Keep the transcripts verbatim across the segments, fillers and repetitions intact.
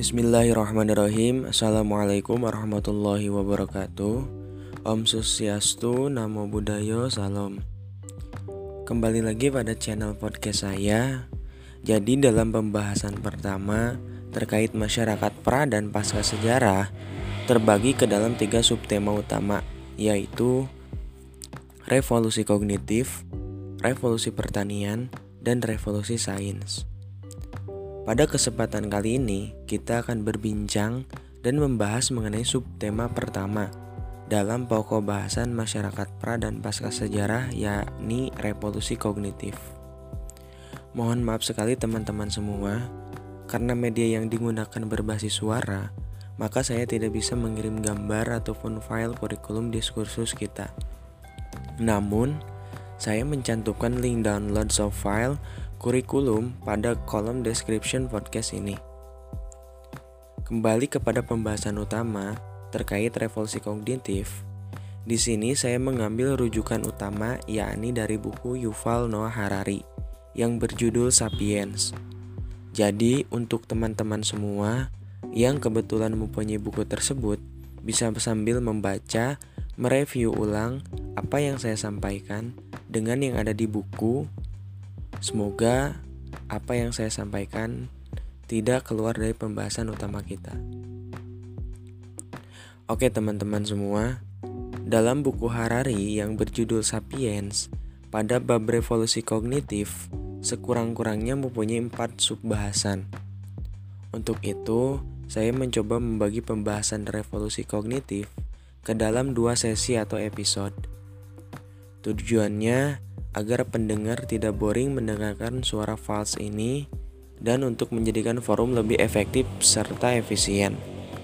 Bismillahirrahmanirrahim. Assalamualaikum warahmatullahi wabarakatuh. Om Swastiastu, Namo Buddhaya, Salam. Kembali lagi pada channel podcast saya. Jadi dalam pembahasan pertama terkait masyarakat pra dan pasca sejarah terbagi ke dalam tiga subtema utama, yaitu revolusi kognitif, revolusi pertanian, dan revolusi sains. Pada kesempatan kali ini, kita akan berbincang dan membahas mengenai subtema pertama dalam pokok bahasan masyarakat pra dan pasca sejarah, yakni revolusi kognitif. Mohon maaf sekali teman-teman semua, karena media yang digunakan berbasis suara, maka saya tidak bisa mengirim gambar ataupun file kurikulum diskursus kita. Namun, saya mencantumkan link download soft file kurikulum pada kolom description podcast ini. Kembali kepada pembahasan utama terkait revolusi kognitif. Di sini saya mengambil rujukan utama, yakni dari buku Yuval Noah Harari yang berjudul Sapiens. Jadi untuk teman-teman semua yang kebetulan mempunyai buku tersebut, bisa sambil membaca, mereview ulang apa yang saya sampaikan dengan yang ada di buku. Semoga apa yang saya sampaikan tidak keluar dari pembahasan utama kita. Oke teman-teman semua, dalam buku Harari yang berjudul Sapiens, pada bab revolusi kognitif, sekurang-kurangnya mempunyai empat subbahasan. Untuk itu, saya mencoba membagi pembahasan revolusi kognitif ke dalam dua sesi atau episode. Tujuannya agar pendengar tidak boring mendengarkan suara fals ini dan untuk menjadikan forum lebih efektif serta efisien.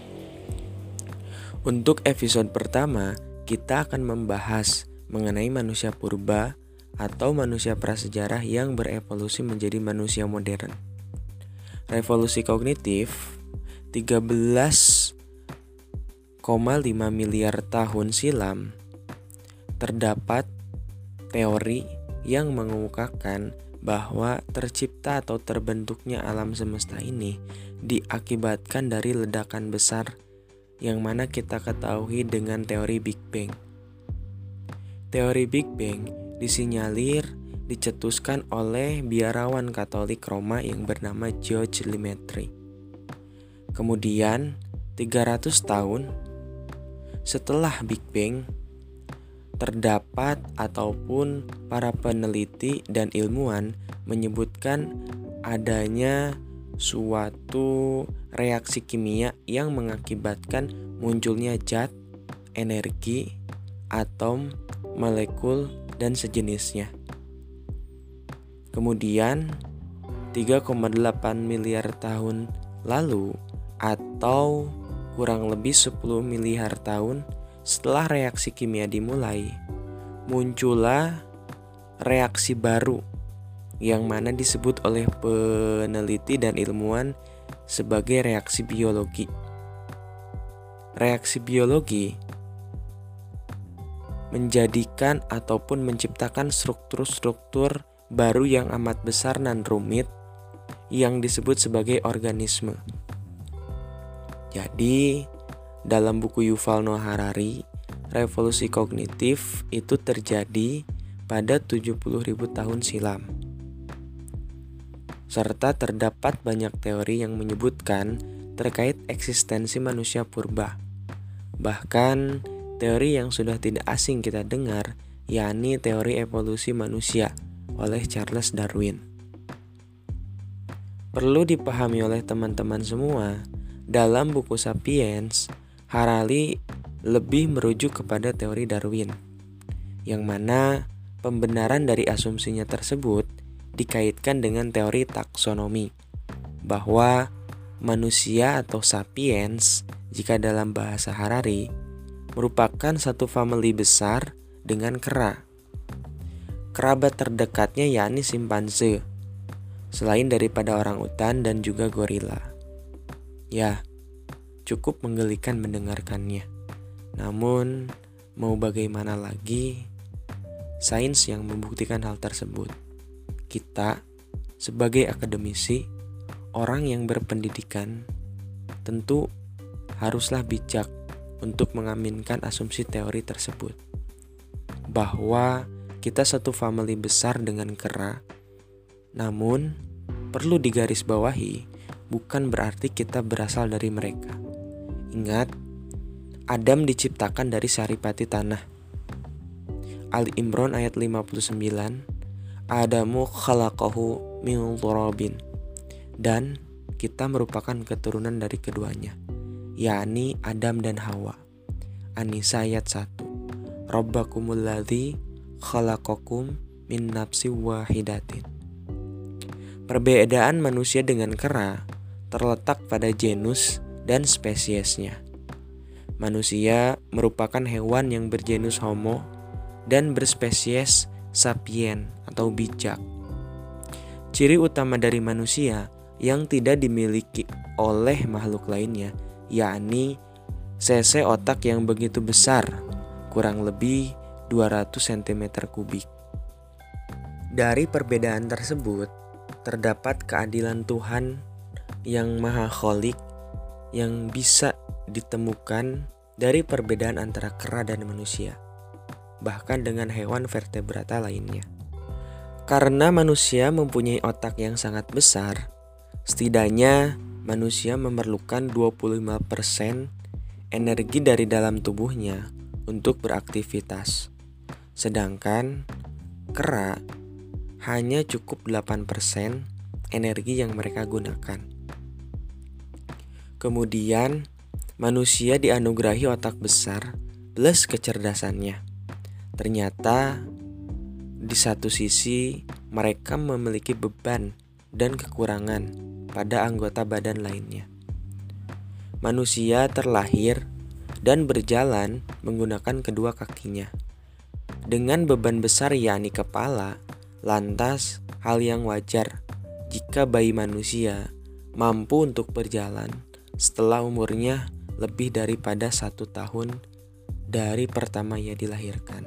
Untuk episode pertama, kita akan membahas mengenai manusia purba atau manusia prasejarah yang berevolusi menjadi manusia modern. Revolusi kognitif tiga belas koma lima miliar tahun silam terdapat teori yang mengemukakan bahwa tercipta atau terbentuknya alam semesta ini diakibatkan dari ledakan besar yang mana kita ketahui dengan teori Big Bang. Teori Big Bang disinyalir dicetuskan oleh biarawan Katolik Roma yang bernama George Lemaitre. Kemudian tiga ratus tahun setelah Big Bang, terdapat ataupun para peneliti dan ilmuwan menyebutkan adanya suatu reaksi kimia yang mengakibatkan munculnya zat, energi, atom, molekul, dan sejenisnya. Kemudian tiga koma delapan miliar tahun lalu atau kurang lebih sepuluh miliar tahun setelah reaksi kimia dimulai, muncullah reaksi baru yang mana disebut oleh peneliti dan ilmuwan sebagai reaksi biologi. Reaksi biologi menjadikan ataupun menciptakan struktur-struktur baru yang amat besar dan rumit yang disebut sebagai organisme. Jadi, dalam buku Yuval Noah Harari, revolusi kognitif itu terjadi pada tujuh puluh ribu tahun silam. Serta terdapat banyak teori yang menyebutkan terkait eksistensi manusia purba. Bahkan teori yang sudah tidak asing kita dengar, yakni teori evolusi manusia oleh Charles Darwin. Perlu dipahami oleh teman-teman semua, dalam buku Sapiens, Harari lebih merujuk kepada teori Darwin, yang mana pembenaran dari asumsinya tersebut dikaitkan dengan teori taksonomi, bahwa manusia atau sapiens, jika dalam bahasa Harari, merupakan satu famili besar dengan kera. Kerabat terdekatnya yakni simpanse, selain daripada orangutan dan juga gorila. Ya, cukup menggelikan mendengarkannya. Namun, mau bagaimana lagi, sains yang membuktikan hal tersebut. Kita, sebagai akademisi, orang yang berpendidikan, tentu haruslah bijak untuk mengaminkan asumsi teori tersebut, bahwa kita satu famili besar dengan kera. Namun, perlu digarisbawahi, bukan berarti kita berasal dari mereka. Ingat, Adam diciptakan dari saripati tanah. Ali Imran ayat lima puluh sembilan, Adamu khalaqahu min turabin. Dan kita merupakan keturunan dari keduanya, yakni Adam dan Hawa. An-Nisa ayat satu. Rabbakumul ladzi khalaqakum min nafsin wahidatin. Perbedaan manusia dengan kera terletak pada genus dan spesiesnya. Manusia merupakan hewan yang bergenus Homo dan berspesies sapien atau bijak. Ciri utama dari manusia yang tidak dimiliki oleh makhluk lainnya, yakni cc otak yang begitu besar, kurang lebih dua ratus sentimeter kubik. Dari perbedaan tersebut, terdapat keadilan Tuhan yang Maha Kholik yang bisa ditemukan dari perbedaan antara kera dan manusia, bahkan dengan hewan vertebrata lainnya. Karena manusia mempunyai otak yang sangat besar, setidaknya manusia memerlukan dua puluh lima persen energi dari dalam tubuhnya untuk beraktivitas. Sedangkan kera hanya cukup delapan persen energi yang mereka gunakan. Kemudian, manusia dianugerahi otak besar plus kecerdasannya. Ternyata di satu sisi mereka memiliki beban dan kekurangan pada anggota badan lainnya. Manusia terlahir dan berjalan menggunakan kedua kakinya. Dengan beban besar yakni kepala, lantas hal yang wajar jika bayi manusia mampu untuk berjalan setelah umurnya lebih daripada satu tahun dari pertama ia dilahirkan.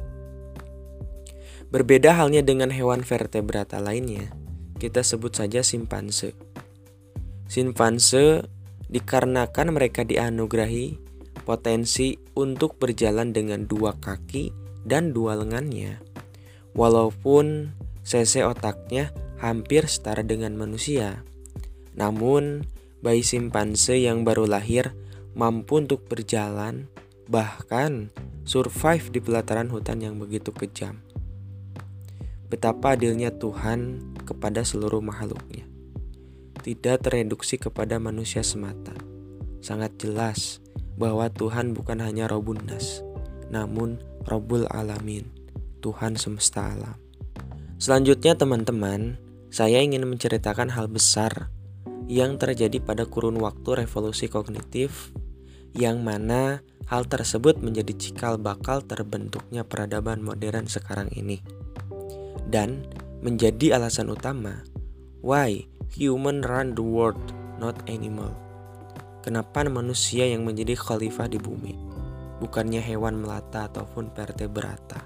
Berbeda halnya dengan hewan vertebrata lainnya, kita sebut saja simpanse. Simpanse dikarenakan mereka dianugerahi potensi untuk berjalan dengan dua kaki dan dua lengannya, walaupun cc otaknya hampir setara dengan manusia. Namun, bayi simpanse yang baru lahir mampu untuk berjalan, bahkan survive di pelataran hutan yang begitu kejam. Betapa adilnya Tuhan kepada seluruh makhluknya. Tidak tereduksi kepada manusia semata. Sangat jelas bahwa Tuhan bukan hanya Rabbun Nas, namun Rabbul Alamin, Tuhan semesta alam. Selanjutnya teman-teman, saya ingin menceritakan hal besar yang terjadi pada kurun waktu revolusi kognitif, yang mana hal tersebut menjadi cikal bakal terbentuknya peradaban modern sekarang ini, dan menjadi alasan utama why human run the world, not animal. Kenapa manusia yang menjadi khalifah di bumi, bukannya hewan melata ataupun vertebrata.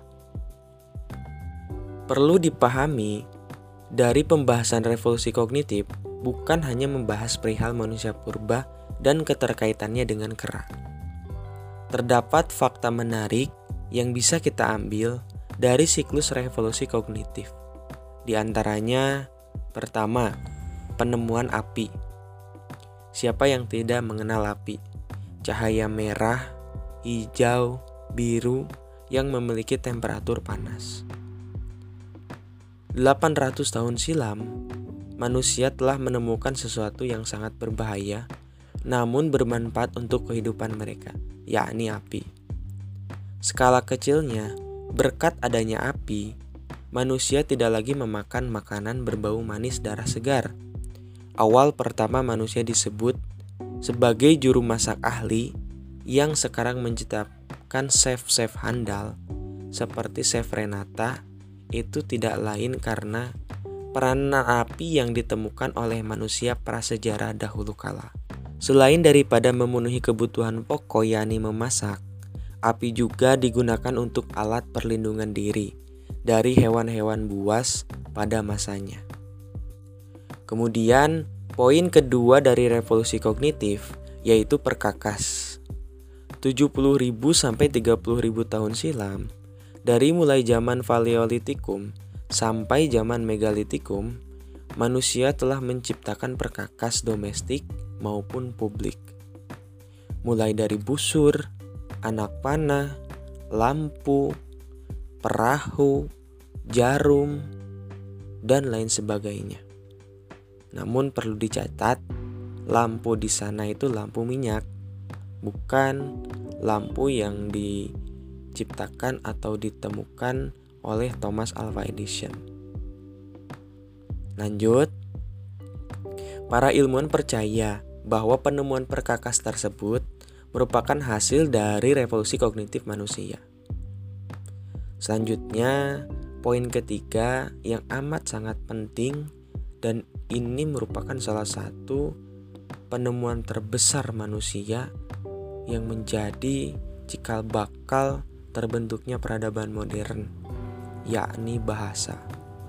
Perlu dipahami, dari pembahasan revolusi kognitif bukan hanya membahas perihal manusia purba dan keterkaitannya dengan kera. Terdapat fakta menarik yang bisa kita ambil dari siklus revolusi kognitif. Di antaranya, pertama, penemuan api. Siapa yang tidak mengenal api? Cahaya merah, hijau, biru yang memiliki temperatur panas. delapan ratus tahun silam, manusia telah menemukan sesuatu yang sangat berbahaya namun bermanfaat untuk kehidupan mereka, yakni api. Skala kecilnya, berkat adanya api, manusia tidak lagi memakan makanan berbau manis darah segar. Awal pertama manusia disebut sebagai juru masak ahli yang sekarang menciptakan chef-chef handal seperti Chef Renata. Itu tidak lain karena peranan api yang ditemukan oleh manusia prasejarah dahulu kala. Selain daripada memenuhi kebutuhan pokok yakni memasak, api juga digunakan untuk alat perlindungan diri dari hewan-hewan buas pada masanya. Kemudian Poin kedua dari revolusi kognitif yaitu perkakas. tujuh puluh ribu sampai tiga puluh ribu tahun silam, dari mulai zaman Paleolitikum sampai zaman Megalitikum, manusia telah menciptakan perkakas domestik maupun publik. Mulai dari busur, anak panah, lampu, perahu, jarum, dan lain sebagainya. Namun perlu dicatat, lampu di sana itu lampu minyak, bukan lampu yang diciptakan atau ditemukan oleh Thomas Alva Edison. Lanjut, para ilmuwan percaya bahwa penemuan perkakas tersebut merupakan hasil dari revolusi kognitif manusia. Selanjutnya, poin ketiga yang amat sangat penting dan ini merupakan salah satu penemuan terbesar manusia yang menjadi cikal bakal terbentuknya peradaban modern, yakni bahasa.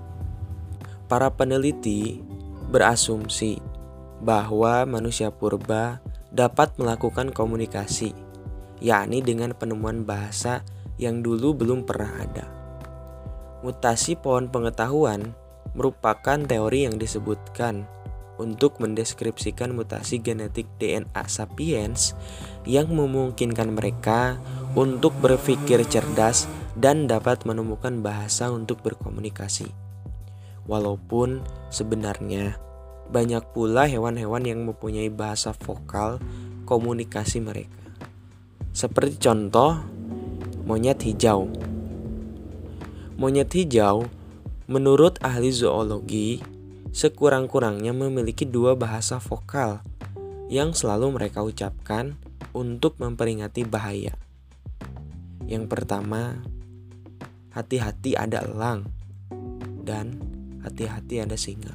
Para peneliti berasumsi bahwa manusia purba dapat melakukan komunikasi, yakni dengan penemuan bahasa yang dulu belum pernah ada. Mutasi pohon pengetahuan merupakan teori yang disebutkan untuk mendeskripsikan mutasi genetik D N A sapiens yang memungkinkan mereka untuk berpikir cerdas dan dapat menemukan bahasa untuk berkomunikasi. Walaupun sebenarnya banyak pula hewan-hewan yang mempunyai bahasa vokal komunikasi mereka. Seperti contoh, monyet hijau. Monyet hijau menurut ahli zoologi sekurang-kurangnya memiliki dua bahasa vokal yang selalu mereka ucapkan untuk memperingati bahaya. Yang pertama, hati-hati ada elang, dan hati-hati ada singa.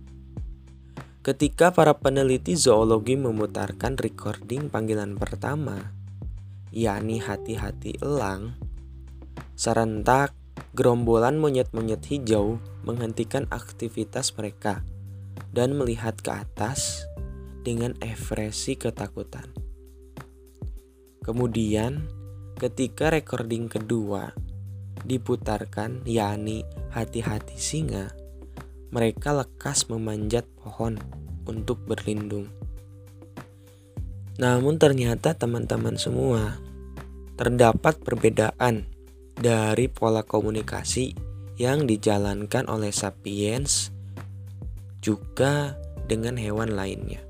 Ketika para peneliti zoologi memutarkan recording panggilan pertama, yakni hati-hati elang, serentak gerombolan monyet-monyet hijau menghentikan aktivitas mereka dan melihat ke atas dengan ekspresi ketakutan. Kemudian, ketika recording kedua diputarkan, yakni hati-hati singa, mereka lekas memanjat pohon untuk berlindung. Namun ternyata teman-teman semua, terdapat perbedaan dari pola komunikasi yang dijalankan oleh sapiens juga dengan hewan lainnya.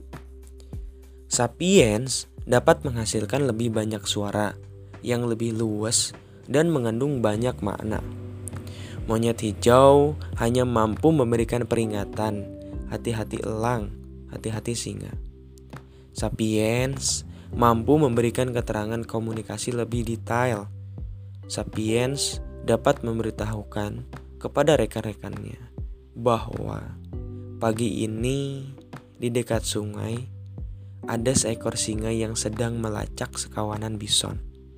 Sapiens dapat menghasilkan lebih banyak suara yang lebih luas dan mengandung banyak makna. Monyet hijau hanya mampu memberikan peringatan, hati-hati elang, hati-hati singa. Sapiens mampu memberikan keterangan komunikasi lebih detail. Sapiens dapat memberitahukan kepada rekan-rekannya bahwa pagi ini di dekat sungai ada seekor singa yang sedang melacak sekawanan bison.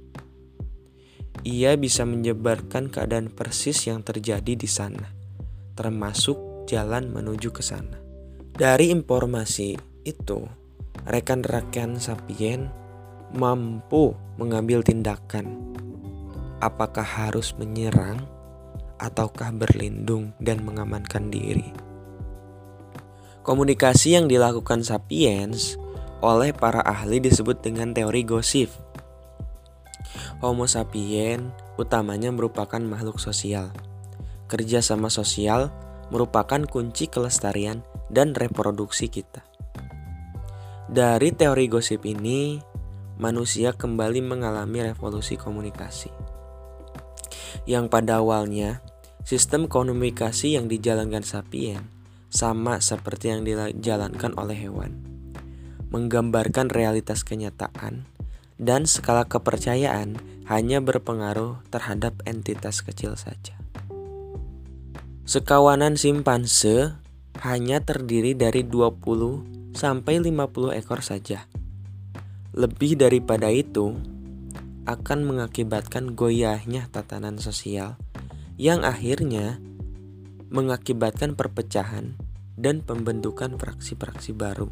Ia bisa menyebarkan keadaan persis yang terjadi di sana, termasuk jalan menuju ke sana. Dari informasi itu, rekan-rekan sapien mampu mengambil tindakan. Apakah harus menyerang ataukah berlindung dan mengamankan diri? Komunikasi yang dilakukan sapiens oleh para ahli disebut dengan teori gosip. Homo sapien utamanya merupakan makhluk sosial. Kerjasama sosial merupakan kunci kelestarian dan reproduksi kita. Dari teori gosip ini, manusia kembali mengalami revolusi komunikasi. Yang pada awalnya, sistem komunikasi yang dijalankan sapien sama seperti yang dijalankan oleh hewan, menggambarkan realitas kenyataan dan skala kepercayaan hanya berpengaruh terhadap entitas kecil saja. Sekawanan simpanse hanya terdiri dari dua puluh sampai lima puluh ekor saja. Lebih daripada itu akan mengakibatkan goyahnya tatanan sosial yang akhirnya mengakibatkan perpecahan dan pembentukan fraksi-fraksi baru.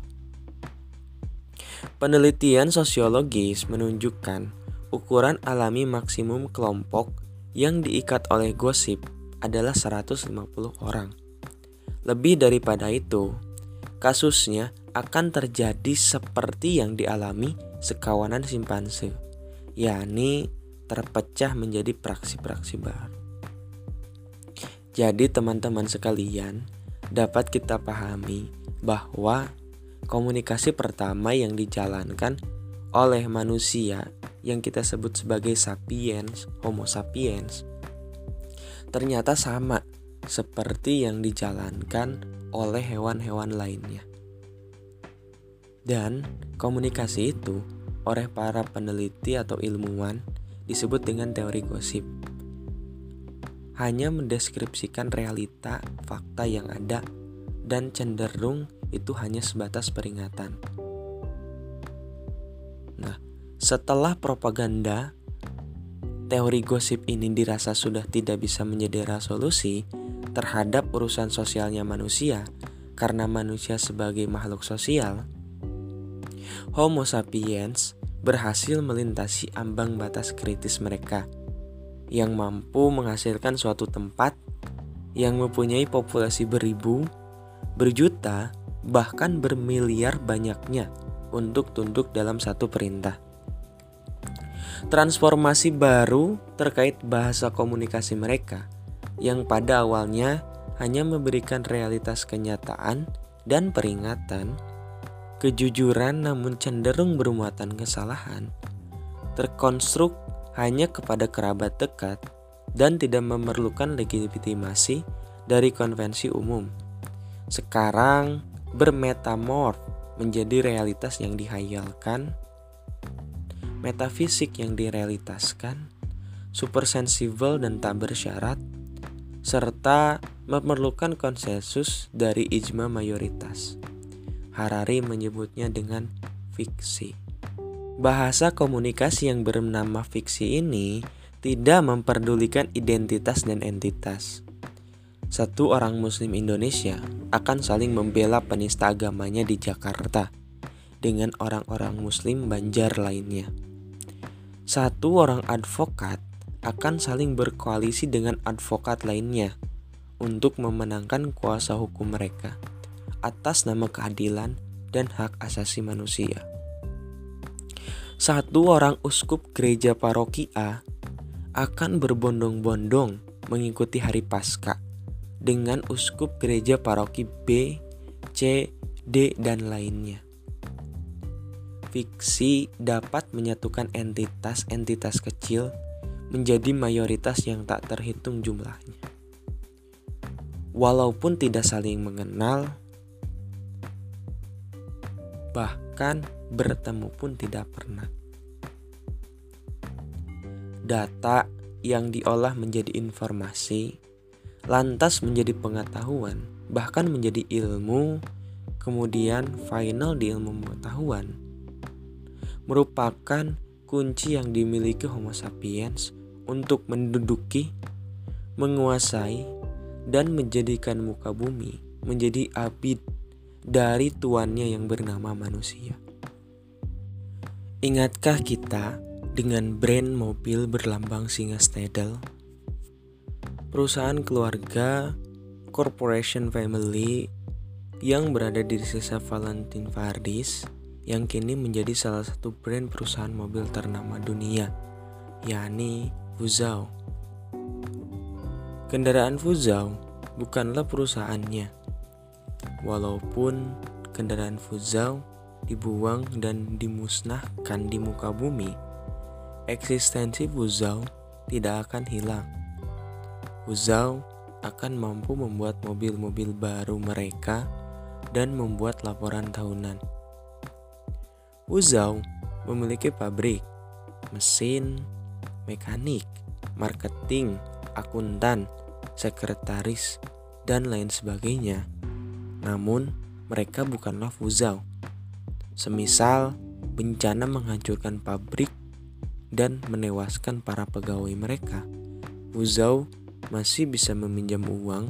Penelitian sosiologis menunjukkan ukuran alami maksimum kelompok yang diikat oleh gosip adalah seratus lima puluh orang. Lebih daripada itu, kasusnya akan terjadi seperti yang dialami sekawanan simpanse, yakni terpecah menjadi fraksi-fraksi baru. Jadi teman-teman sekalian, dapat kita pahami bahwa komunikasi pertama yang dijalankan oleh manusia yang kita sebut sebagai sapiens, Homo sapiens, ternyata sama seperti yang dijalankan oleh hewan-hewan lainnya. Dan komunikasi itu oleh para peneliti atau ilmuwan disebut dengan teori gosip. Hanya mendeskripsikan realita, fakta yang ada, dan cenderung itu hanya sebatas peringatan. Nah, setelah propaganda, teori gosip ini dirasa sudah tidak bisa menjadi resolusi terhadap urusan sosialnya manusia karena manusia sebagai makhluk sosial, Homo sapiens berhasil melintasi ambang batas kritis mereka yang mampu menghasilkan suatu tempat yang mempunyai populasi beribu, berjuta, bahkan bermiliar banyaknya untuk tunduk dalam satu perintah. Transformasi baru terkait bahasa komunikasi mereka yang pada awalnya hanya memberikan realitas kenyataan dan peringatan, kejujuran namun cenderung bermuatan kesalahan, terkonstruk hanya kepada kerabat dekat dan tidak memerlukan legitimasi dari konvensi umum. Sekarang bermetamorf menjadi realitas yang dihayalkan, metafisik yang direalitaskan, supersensibel dan tak bersyarat, serta memerlukan konsensus dari ijma mayoritas. Harari menyebutnya dengan fiksi. Bahasa komunikasi yang bernama fiksi ini tidak memperdulikan identitas dan entitas. Satu orang Muslim Indonesia akan saling membela penista agamanya di Jakarta dengan orang-orang Muslim Banjar lainnya. Satu orang advokat akan saling berkoalisi dengan advokat lainnya untuk memenangkan kuasa hukum mereka atas nama keadilan dan hak asasi manusia. Satu orang uskup gereja paroki A akan berbondong-bondong mengikuti hari Paskah dengan uskup gereja paroki B, C, D, dan lainnya. Fiksi dapat menyatukan entitas-entitas kecil menjadi mayoritas yang tak terhitung jumlahnya. Walaupun tidak saling mengenal, bahkan bertemu pun tidak pernah. Data yang diolah menjadi informasi, lantas menjadi pengetahuan, bahkan menjadi ilmu, kemudian final di ilmu pengetahuan, merupakan kunci yang dimiliki Homo sapiens untuk menduduki, menguasai, dan menjadikan muka bumi menjadi abid dari tuannya yang bernama manusia. Ingatkah kita dengan brand mobil berlambang singa Stedel? Perusahaan keluarga corporation family yang berada di desa Valentin Vardis yang kini menjadi salah satu brand perusahaan mobil ternama dunia, yakni Fuzhou. Kendaraan Fuzhou bukanlah perusahaannya, walaupun kendaraan Fuzhou dibuang dan dimusnahkan di muka bumi, eksistensi Fuzhou tidak akan hilang. Fuzhou akan mampu membuat mobil-mobil baru mereka dan membuat laporan tahunan. Fuzhou memiliki pabrik, mesin, mekanik, marketing, akuntan, sekretaris, dan lain sebagainya. Namun, mereka bukanlah Fuzhou. Semisal bencana menghancurkan pabrik dan menewaskan para pegawai mereka, Fuzhou masih bisa meminjam uang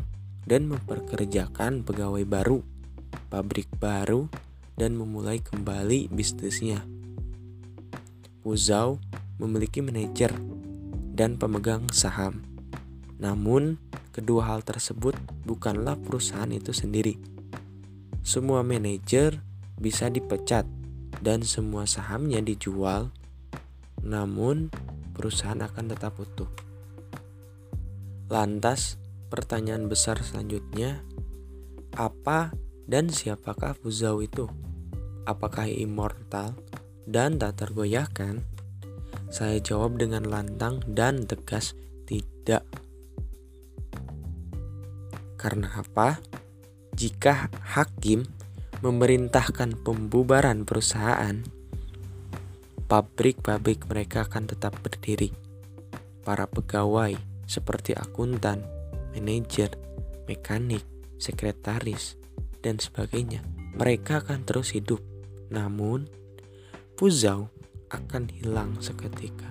dan memperkerjakan pegawai baru, pabrik baru, dan memulai kembali bisnisnya. Fuzhou memiliki manajer dan pemegang saham. Namun, kedua hal tersebut bukanlah perusahaan itu sendiri. Semua manajer bisa dipecat dan semua sahamnya dijual, namun perusahaan akan tetap utuh. Lantas, pertanyaan besar selanjutnya, apa dan siapakah Fuzhou itu? Apakah immortal dan tak tergoyahkan? Saya jawab dengan lantang dan tegas, tidak. Karena apa? Jika hakim memerintahkan pembubaran perusahaan, pabrik-pabrik mereka akan tetap berdiri. Para pegawai seperti akuntan, manajer, mekanik, sekretaris, dan sebagainya, mereka akan terus hidup. Namun, Fuzhou akan hilang seketika.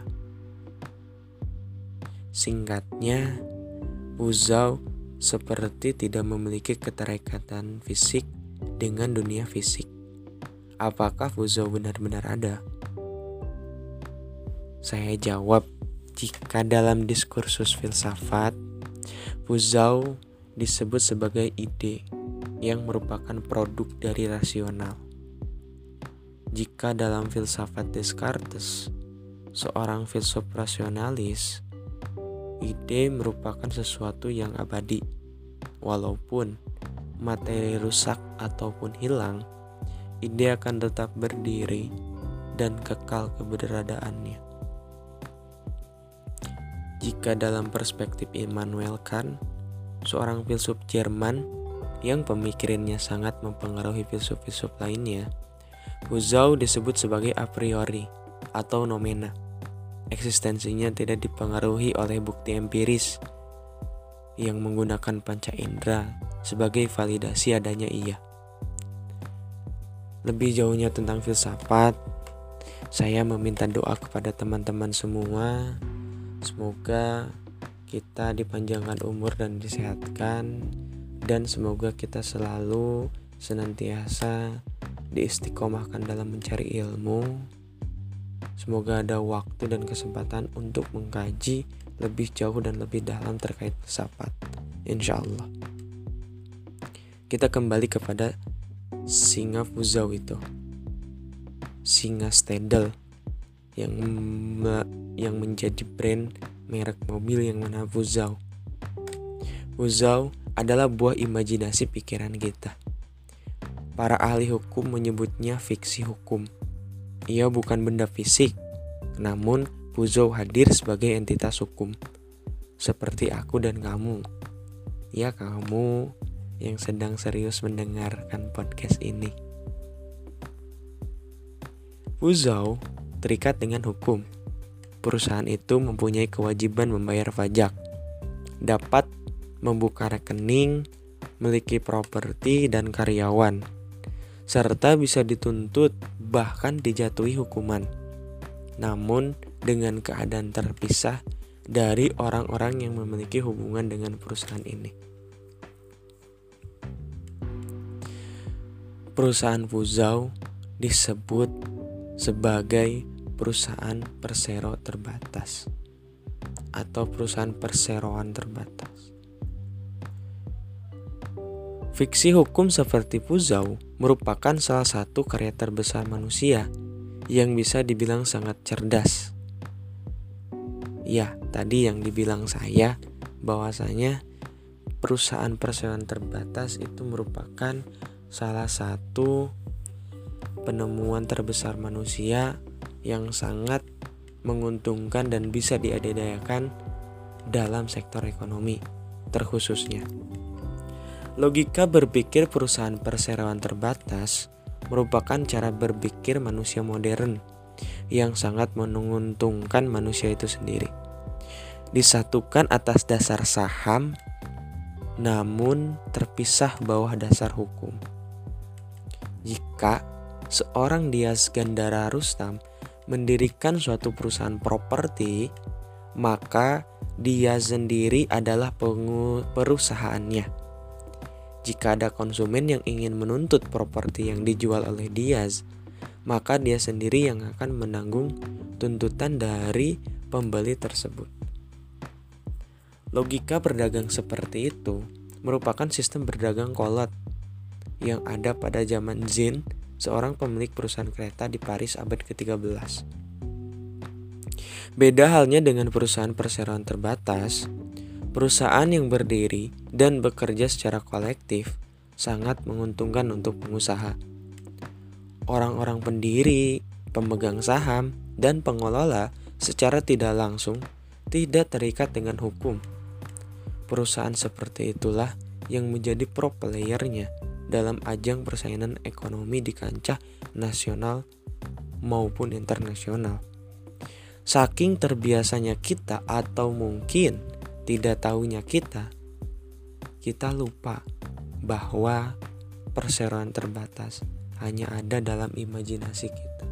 Singkatnya, Fuzhou seperti tidak memiliki keterikatan fisik dengan dunia fisik. Apakah Fuzhou benar-benar ada? Saya jawab, jika dalam diskursus filsafat, Fuzhou disebut sebagai ide yang merupakan produk dari rasional. Jika dalam filsafat Descartes, seorang filsuf rasionalis, ide merupakan sesuatu yang abadi. Walaupun materi rusak ataupun hilang, ide akan tetap berdiri dan kekal keberadaannya. Jika dalam perspektif Immanuel Kant, seorang filsuf Jerman yang pemikirannya sangat mempengaruhi filsuf-filsuf lainnya, Fuzhou disebut sebagai a priori atau nomena. Eksistensinya tidak dipengaruhi oleh bukti empiris yang menggunakan panca indera sebagai validasi adanya ia. Lebih jauhnya tentang filsafat, saya meminta doa kepada teman-teman semua. Semoga kita dipanjangkan umur dan disehatkan, dan semoga kita selalu senantiasa diistiqomahkan dalam mencari ilmu. Semoga ada waktu dan kesempatan untuk mengkaji lebih jauh dan lebih dalam terkait filsafat, insya Allah. Kita kembali kepada singa Fuzhou itu, singa Stadler yang me- yang menjadi brand merek mobil yang mana Fuzhou. Fuzhou adalah buah imajinasi pikiran kita. Para ahli hukum menyebutnya fiksi hukum. Ia bukan benda fisik, namun Fuzhou hadir sebagai entitas hukum, seperti aku dan kamu. Ya, kamu yang sedang serius mendengarkan podcast ini. Fuzhou terikat dengan hukum. Perusahaan itu mempunyai kewajiban membayar pajak, dapat membuka rekening, memiliki properti dan karyawan, serta bisa dituntut bahkan dijatuhi hukuman. Namun dengan keadaan terpisah dari orang-orang yang memiliki hubungan dengan perusahaan ini. Perusahaan Fuzhou disebut sebagai perusahaan persero terbatas atau perusahaan perseroan terbatas. Fiksi hukum seperti Fuzhou merupakan salah satu karya terbesar manusia yang bisa dibilang sangat cerdas. Ya, tadi yang dibilang saya bahwasanya perusahaan perseroan terbatas itu merupakan salah satu penemuan terbesar manusia yang sangat menguntungkan dan bisa diadakan dalam sektor ekonomi terkhususnya. Logika berpikir perusahaan perseroan terbatas merupakan cara berpikir manusia modern yang sangat menguntungkan manusia itu sendiri. Disatukan atas dasar saham, namun terpisah bawah dasar hukum. Jika seorang Dias Gandara Rustam mendirikan suatu perusahaan properti, maka dia sendiri adalah pengu- perusahaannya. Jika ada konsumen yang ingin menuntut properti yang dijual oleh Diaz, maka dia sendiri yang akan menanggung tuntutan dari pembeli tersebut. Logika berdagang seperti itu merupakan sistem berdagang kolot yang ada pada zaman Zin, seorang pemilik perusahaan kereta di Paris abad ke-tiga belas. Beda halnya dengan perusahaan perseroan terbatas, perusahaan yang berdiri dan bekerja secara kolektif sangat menguntungkan untuk pengusaha. Orang-orang pendiri, pemegang saham, dan pengelola secara tidak langsung tidak terikat dengan hukum. Perusahaan seperti itulah yang menjadi pro playernya dalam ajang persaingan ekonomi di kancah nasional maupun internasional. Saking terbiasanya kita atau mungkin tidak tahunya kita, kita lupa bahwa perseroan terbatas hanya ada dalam imajinasi kita.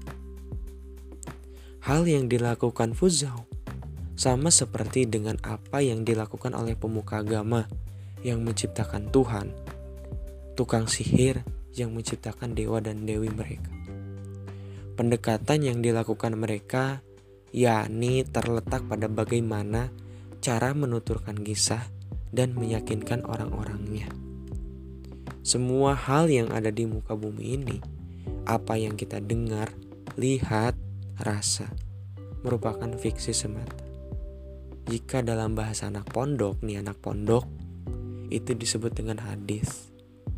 Hal yang dilakukan Fuzhou sama seperti dengan apa yang dilakukan oleh pemuka agama yang menciptakan Tuhan, tukang sihir yang menciptakan dewa dan dewi mereka. Pendekatan yang dilakukan mereka yakni terletak pada bagaimana cara menuturkan kisah dan meyakinkan orang-orangnya. Semua hal yang ada di muka bumi ini, apa yang kita dengar, lihat, rasa, merupakan fiksi semata. Jika dalam bahasa anak pondok, nih anak pondok, itu disebut dengan hadis.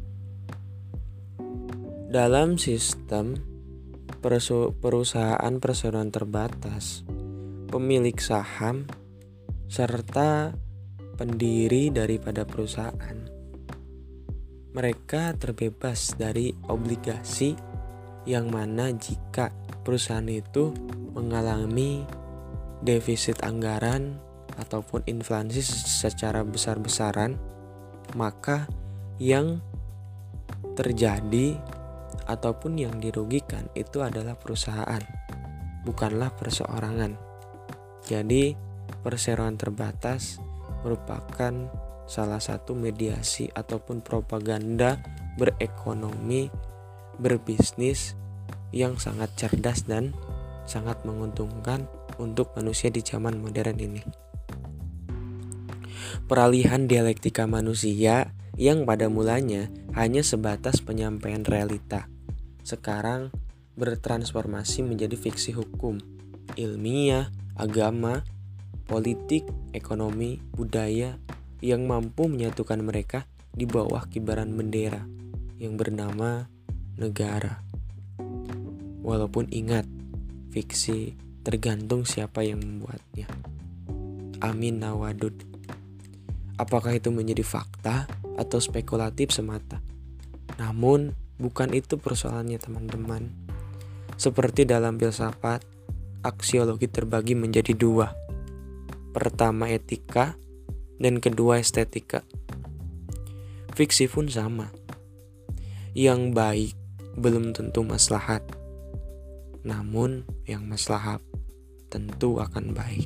Dalam sistem perusahaan perseroan terbatas, pemilik saham serta pendiri daripada perusahaan, mereka terbebas dari obligasi yang mana jika perusahaan itu mengalami defisit anggaran ataupun inflasi secara besar-besaran, maka yang terjadi ataupun yang dirugikan itu adalah perusahaan, bukanlah perseorangan. Jadi perseroan terbatas merupakan salah satu mediasi ataupun propaganda berekonomi, berbisnis yang sangat cerdas dan sangat menguntungkan untuk manusia di zaman modern ini. Peralihan dialektika manusia yang pada mulanya hanya sebatas penyampaian realita, sekarang bertransformasi menjadi fiksi hukum, ilmiah, agama, politik, ekonomi, budaya yang mampu menyatukan mereka di bawah kibaran bendera yang bernama negara. Walaupun ingat, fiksi tergantung siapa yang membuatnya. Amin nawadud. Apakah itu menjadi fakta atau spekulatif semata? Namun bukan itu persoalannya teman-teman. Seperti dalam filsafat, aksiologi terbagi menjadi dua. Pertama etika dan kedua estetika. Fiksi pun sama. Yang baik belum tentu maslahat. Namun yang maslahat tentu akan baik.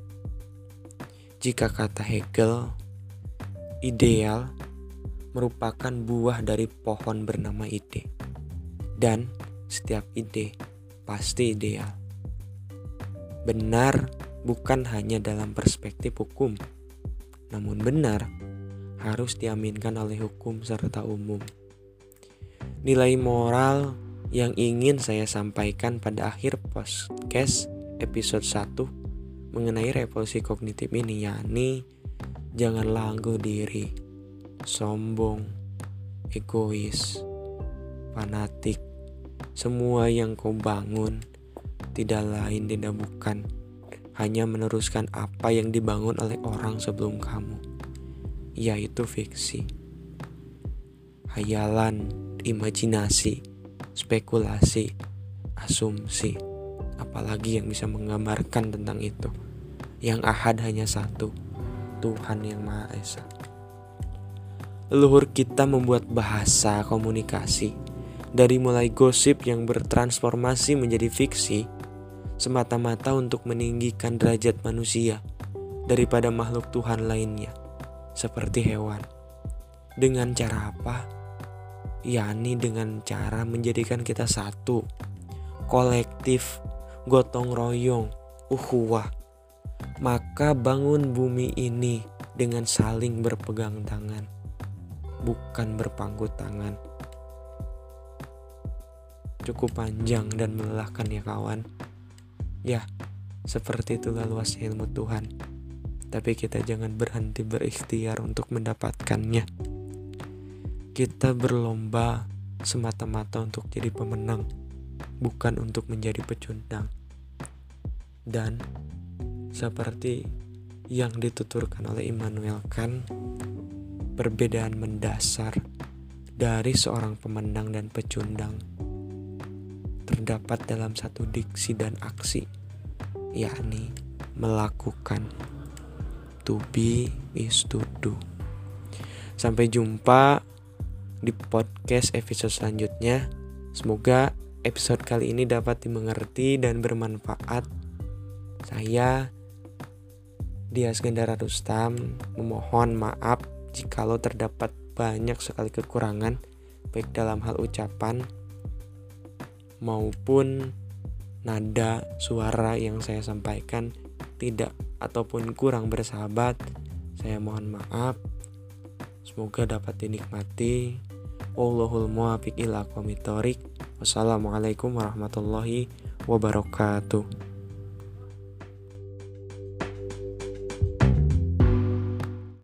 Jika kata Hegel, ideal merupakan buah dari pohon bernama ide. Dan setiap ide pasti ideal. Benar bukan hanya dalam perspektif hukum, namun benar harus diaminkan oleh hukum serta umum. Nilai moral yang ingin saya sampaikan pada akhir podcast episode satu mengenai revolusi kognitif ini, yakni janganlah angkuh diri, sombong, egois, fanatik. Semua yang kau bangun tidak lain tidak bukan hanya meneruskan apa yang dibangun oleh orang sebelum kamu, yaitu fiksi, hayalan, imajinasi, spekulasi, asumsi. Apalagi yang bisa menggambarkan tentang itu. Yang ahad hanya satu, Tuhan yang Maha Esa. Leluhur kita membuat bahasa komunikasi dari mulai gosip yang bertransformasi menjadi fiksi semata-mata untuk meninggikan derajat manusia daripada makhluk Tuhan lainnya seperti hewan. Dengan cara apa? yakni dengan cara menjadikan kita satu, kolektif, gotong royong, ukhuwah. Maka bangun bumi ini dengan saling berpegang tangan, bukan berpangku tangan. Cukup panjang dan melelahkan ya kawan. Ya, seperti itulah luasnya ilmu Tuhan. Tapi kita jangan berhenti berikhtiar untuk mendapatkannya. Kita berlomba semata-mata untuk jadi pemenang, bukan untuk menjadi pecundang. Dan seperti yang dituturkan oleh Immanuel Kant, perbedaan mendasar dari seorang pemenang dan pecundang terdapat dalam satu diksi dan aksi, yakni melakukan. To be is to do. Sampai jumpa di podcast episode selanjutnya. Semoga episode kali ini dapat dimengerti dan bermanfaat. Saya Dias Gandara Rustam memohon maaf jikalau terdapat banyak sekali kekurangan, baik dalam hal ucapan maupun nada suara yang saya sampaikan tidak ataupun kurang bersahabat. Saya mohon maaf. Semoga dapat dinikmati. Wallahul muwaffiq ila aqwamit thoriq. Wassalamualaikum warahmatullahi wabarakatuh.